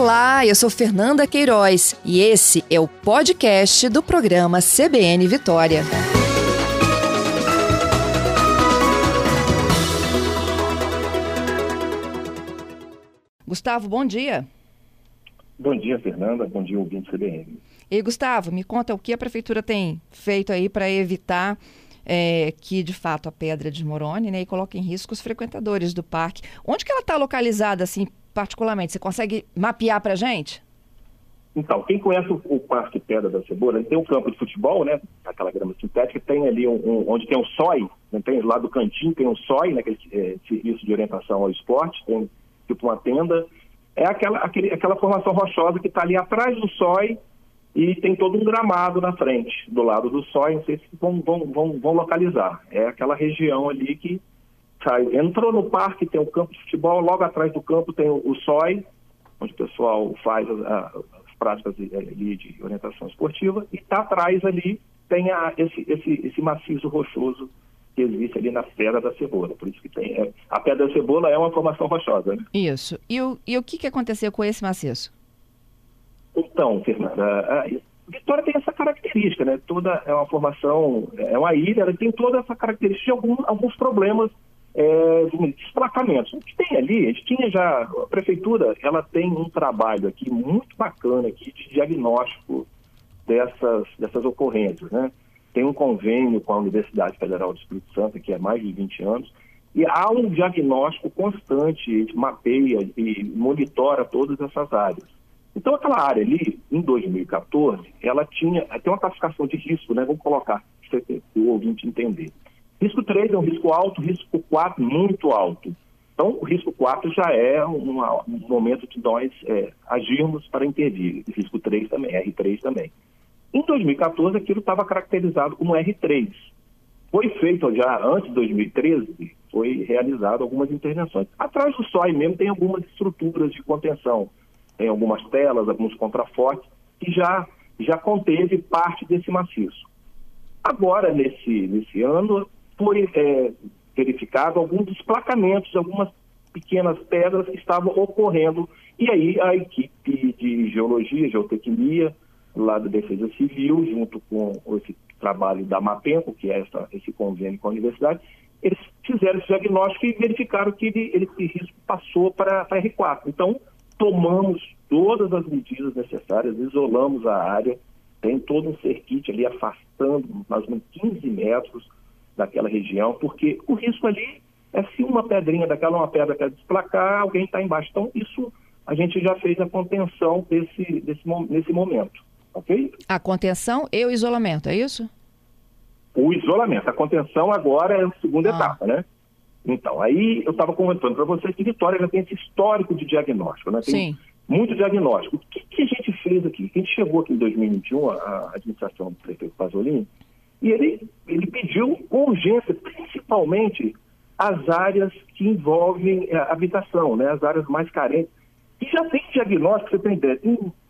Olá, eu sou Fernanda Queiroz e esse é o podcast do programa CBN Vitória. Gustavo, bom dia. Bom dia, Fernanda. Bom dia, ouvinte CBN. E Gustavo, me conta o que a prefeitura tem feito aí para evitar que, de fato, a pedra desmorone, né, e coloque em risco os frequentadores do parque. Onde que ela está localizada, assim, particularmente? Você consegue mapear para a gente? Então, quem conhece o Parque Pedra da Cebola, ele tem um campo de futebol, né, aquela grama sintética, tem ali onde tem um SOI, né, tem lá do cantinho tem um SOI, né, aquele serviço de orientação ao esporte, tem tipo uma tenda. É aquela formação rochosa que está ali atrás do SOI e tem todo um gramado na frente, do lado do SOI, não sei se vão localizar. É aquela região ali que entrou no parque, tem um campo de futebol, logo atrás do campo tem o SOI, onde o pessoal faz as práticas ali de orientação esportiva, e está atrás ali, tem esse maciço rochoso que existe ali na Pedra da Cebola. Por isso que tem. A Pedra da Cebola é uma formação rochosa, né? Isso. E o que aconteceu com esse maciço? Então, Fernanda, a Vitória tem essa característica, né? Toda é uma formação, é uma ilha, ela tem toda essa característica de alguns problemas de desplacamentos. O que tem ali, a gente tinha já, a prefeitura, ela tem um trabalho aqui muito bacana aqui de diagnóstico dessas ocorrências, né? Tem um convênio com a Universidade Federal do Espírito Santo, que é há mais de 20 anos, e há um diagnóstico constante, mapeia e monitora todas essas áreas. Então, aquela área ali, em 2014, ela tem uma classificação de risco, né? Vamos colocar, para o ouvinte entender. Risco 3 é um risco alto, risco 4 muito alto. Então, o risco 4 já é um momento de nós agirmos para intervir. Risco 3 também, R3 também. Em 2014, aquilo estava caracterizado como R3. Foi feito já, antes de 2013, foi realizado algumas intervenções. Atrás do SOI mesmo tem algumas estruturas de contenção. Tem algumas telas, alguns contrafortes, que já conteve parte desse maciço. Agora, nesse ano, foi verificado alguns desplacamentos, algumas pequenas pedras que estavam ocorrendo. E aí a equipe de geologia, geotecnia, lá da Defesa Civil, junto com esse trabalho da Mapenco, que é esse convênio com a universidade, eles fizeram esse diagnóstico e verificaram que esse risco passou para R4. Então, tomamos todas as medidas necessárias, isolamos a área, tem todo um cerquite ali afastando mais ou menos 15 metros daquela região, porque o risco ali é se uma pedrinha daquela, uma pedra quer desplacar, alguém está embaixo. Então, isso a gente já fez a contenção nesse momento. Okay? A contenção e o isolamento, é isso? O isolamento. A contenção agora é a segunda etapa, né? Então, aí eu estava comentando para vocês que Vitória já tem esse histórico de diagnóstico, né? Tem muito diagnóstico. O que a gente fez aqui? A gente chegou aqui em 2021, a administração do prefeito Pasolini, e ele pediu com urgência, principalmente as áreas que envolvem a habitação, né? As áreas mais carentes. E já tem diagnóstico, você tem ideia,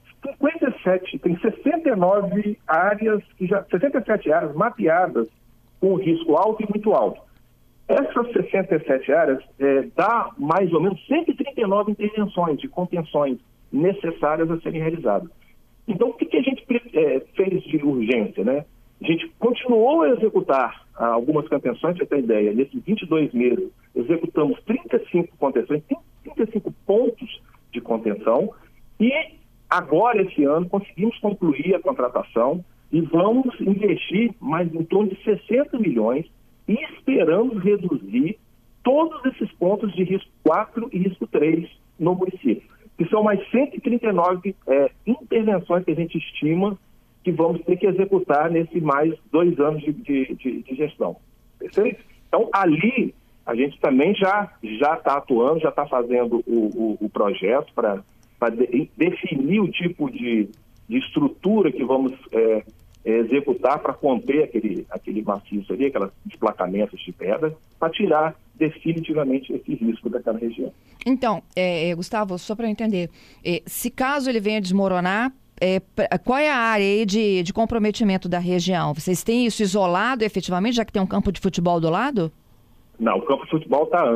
tem 69 áreas, 67 áreas mapeadas com risco alto e muito alto. Essas 67 áreas dá mais ou menos 139 intervenções de contenções necessárias a serem realizadas. Então, o que a gente fez de urgência, né? A gente continuou a executar algumas contenções, para você ter ideia, nesses 22 meses, executamos 35 contenções, 35 pontos de contenção, e agora, esse ano, conseguimos concluir a contratação e vamos investir mais em torno de 60 milhões e esperamos reduzir todos esses pontos de risco 4 e risco 3 no município. Que são mais 139 intervenções que a gente estima que vamos ter que executar nesse mais 2 anos de gestão. Perfeito? Então, ali, a gente também já está atuando, já está fazendo o projeto para definir o tipo de estrutura que vamos executar para conter aquele maciço ali, aqueles desplacamentos de pedra, para tirar definitivamente esse risco daquela região. Então, Gustavo, só para eu entender, se caso ele venha desmoronar, qual é a área aí de comprometimento da região? Vocês têm isso isolado efetivamente, já que tem um campo de futebol do lado? Não, o campo de futebol está antes.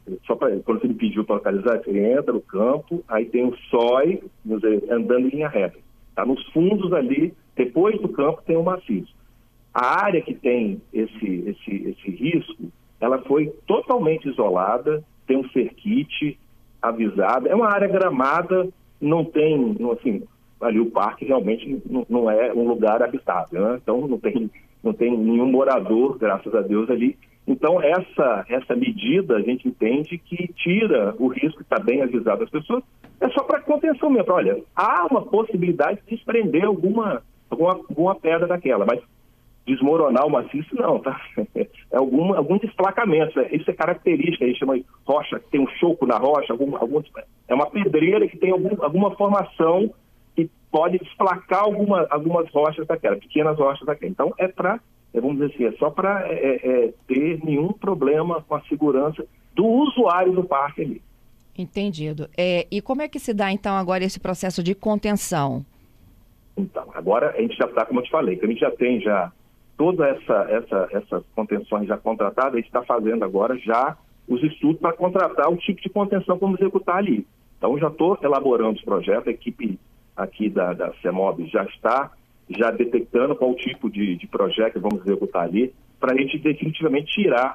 só para quando você me pediu para localizar, você entra no campo, aí tem o sói andando em linha reta. Está nos fundos ali, depois do campo tem o maciço. A área que tem esse risco, ela foi totalmente isolada, tem um cerquite avisado, é uma área gramada, não tem, assim, ali o parque realmente não é um lugar habitável, né? Então não tem nenhum morador, graças a Deus, ali. Então essa medida a gente entende que tira o risco, está bem avisado às pessoas, é só para contenção mesmo. Olha, há uma possibilidade de desprender alguma pedra daquela, mas desmoronar o maciço não, tá? É algum desplacamento, isso é característica, a gente chama de rocha, tem um choco na rocha, é uma pedreira que tem alguma formação que pode desplacar algumas rochas daquela, pequenas rochas daquela. Então vamos dizer assim, é só para ter nenhum problema com a segurança do usuário do parque ali. Entendido. E como é que se dá então agora esse processo de contenção? Então, agora a gente já está, como eu te falei, que a gente já tem todas essas contenções já contratadas, a gente está fazendo agora já os estudos para contratar o tipo de contenção que vamos executar ali. Então, já estou elaborando os projetos, a equipe aqui da CEMOB já está detectando qual tipo de projeto que vamos executar ali, para a gente definitivamente tirar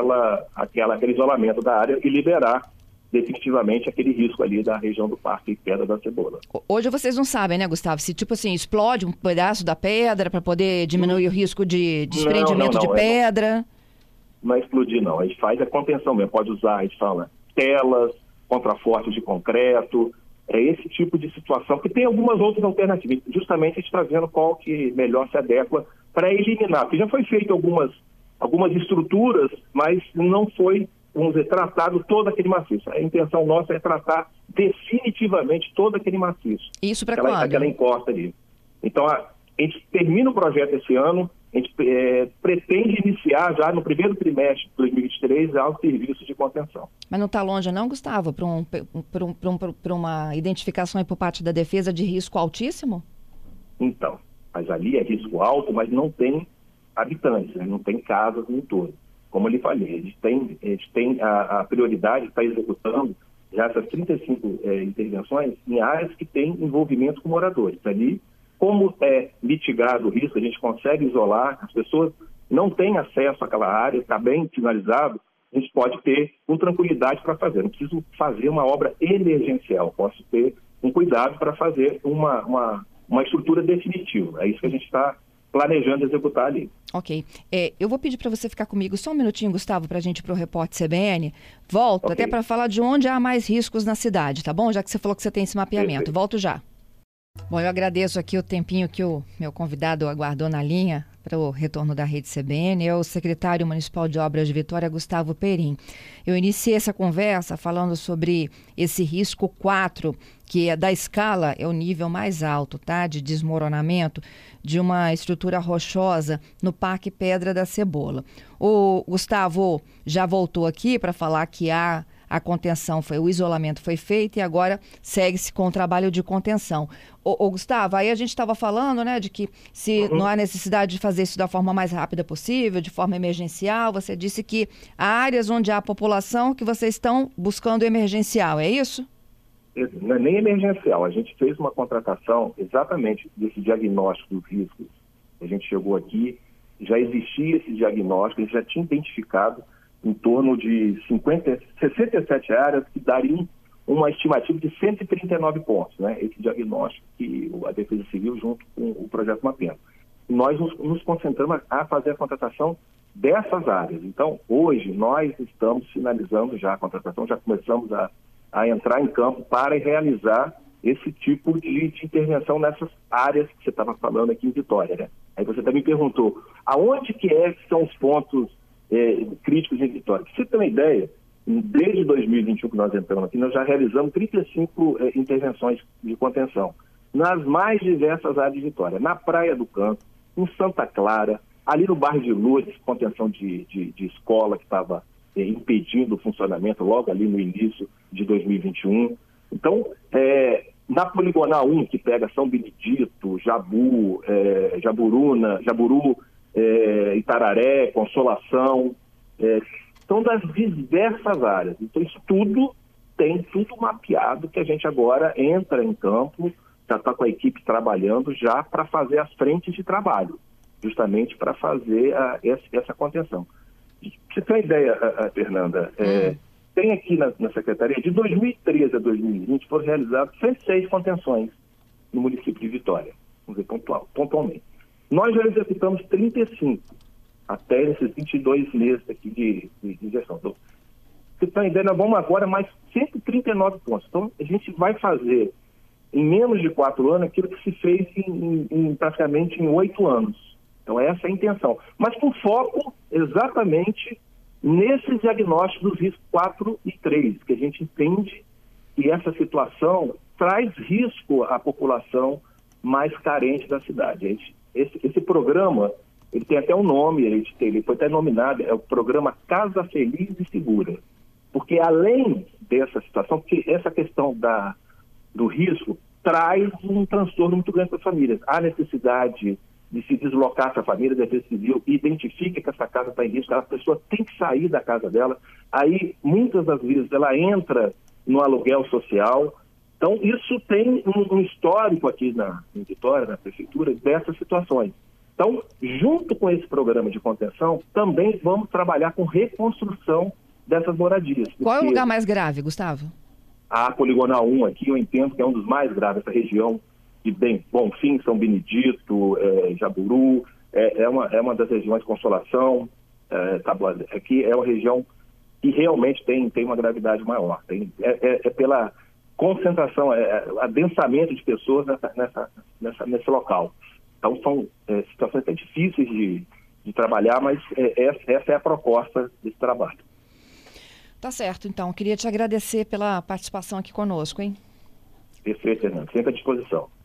aquele isolamento da área e liberar definitivamente aquele risco ali da região do Parque Pedra da Cebola. Hoje vocês não sabem, né, Gustavo? Se, tipo assim, explode um pedaço da pedra para poder diminuir o risco de desprendimento de pedra? Não é explodir, não. A gente faz a contenção mesmo. Pode usar, a gente fala, telas, contrafortes de concreto, esse tipo de situação, porque tem algumas outras alternativas. Justamente a gente está vendo qual que melhor se adequa para eliminar. Porque já foi feito algumas estruturas, mas não foi, vamos dizer, tratado todo aquele maciço. A intenção nossa é tratar definitivamente todo aquele maciço. Isso para quando? Aquela encosta ali. Então, a gente termina o projeto esse ano, a gente pretende iniciar já no primeiro trimestre de 2023 o serviço de contenção. Mas não está longe não, Gustavo, para uma identificação aí por parte da defesa de risco altíssimo? Então, mas ali é risco alto, mas não tem habitantes, né? Não tem casas no entorno. Como eu lhe falei, a gente tem a prioridade de estar executando já essas 35 intervenções em áreas que têm envolvimento com moradores. Ali, como é mitigado o risco, a gente consegue isolar, as pessoas não têm acesso àquela área, está bem sinalizado, a gente pode ter com tranquilidade para fazer. Não preciso fazer uma obra emergencial, posso ter um cuidado para fazer uma estrutura definitiva. É isso que a gente está planejando executar ali. Ok. Eu vou pedir para você ficar comigo só um minutinho, Gustavo, para a gente ir para o Repórter CBN. Volto até para falar de onde há mais riscos na cidade, tá bom? Já que você falou que você tem esse mapeamento. Perfeito. Volto já. Bom, eu agradeço aqui o tempinho que o meu convidado aguardou na linha para o retorno da Rede CBN, é o secretário municipal de Obras de Vitória, Gustavo Perim. Eu iniciei essa conversa falando sobre esse risco 4, que é da escala, é o nível mais alto, tá? De desmoronamento de uma estrutura rochosa no Parque Pedra da Cebola. O Gustavo já voltou aqui para falar que a contenção o isolamento foi feito e agora segue-se com o trabalho de contenção. Ô Gustavo, aí a gente estava falando, né, de que se não há necessidade de fazer isso da forma mais rápida possível, de forma emergencial, você disse que há áreas onde há população que vocês estão buscando emergencial, é isso? Não é nem emergencial, a gente fez uma contratação exatamente desse diagnóstico dos riscos. A gente chegou aqui, já existia esse diagnóstico, a gente já tinha identificado em torno de 67 áreas que dariam uma estimativa de 139 pontos, né? Esse diagnóstico que a Defesa Civil junto com o Projeto Mapeando. Nós nos concentramos a fazer a contratação dessas áreas. Então, hoje, nós estamos finalizando já a contratação, já começamos a entrar em campo para realizar esse tipo de intervenção nessas áreas que você estava falando aqui em Vitória, né? Aí você também perguntou, aonde que são os pontos críticos em Vitória? Pra você ter uma ideia, desde 2021 que nós entramos aqui, nós já realizamos 35 intervenções de contenção nas mais diversas áreas de Vitória, na Praia do Canto, em Santa Clara, ali no bairro de Lourdes, contenção de escola que estava impedindo o funcionamento logo ali no início de 2021. Então, na Poligonal 1, que pega São Benedito, Jabu, Jaburu, Itararé, Consolação, São das diversas áreas. Então, isso tudo tem tudo mapeado, que a gente agora entra em campo, já está com a equipe trabalhando já para fazer as frentes de trabalho, justamente para fazer essa contenção. Pra você ter uma ideia, Fernanda, tem aqui na Secretaria, de 2013 a 2020, foram realizadas 106 contenções no município de Vitória, vamos dizer, pontualmente. Nós já executamos 35, até esses 22 meses aqui de gestão. Então, você tem uma ideia, nós vamos agora mais 139 pontos. Então, a gente vai fazer, em menos de 4 anos, aquilo que se fez praticamente em 8 anos. Então, essa é a intenção. Mas com foco exatamente nesses diagnósticos dos riscos 4 e 3, que a gente entende que essa situação traz risco à população mais carente da cidade. Esse programa, ele tem até um nome, ele foi até nominado, é o programa Casa Feliz e Segura. Porque além dessa situação, porque essa questão do risco traz um transtorno muito grande para as famílias. Há necessidade de se deslocar essa família, da Defesa Civil, identifica que essa casa está em risco, a pessoa tem que sair da casa dela. Aí, muitas das vezes, ela entra no aluguel social. Então, isso tem um histórico aqui em Vitória, na Prefeitura, dessas situações. Então, junto com esse programa de contenção, também vamos trabalhar com reconstrução dessas moradias. Qual é o lugar mais grave, Gustavo? A Poligonal 1 aqui, eu entendo que é um dos mais graves, essa região de Bonfim, São Benedito, Jaburu, é uma das regiões de Consolação, aqui é uma região que realmente tem uma gravidade maior. Pela concentração, adensamento de pessoas nesse local. Então, são situações até difíceis de trabalhar, mas essa é a proposta desse trabalho. Tá certo, então. Queria te agradecer pela participação aqui conosco, hein? Perfeito, Fernando. Sempre à disposição.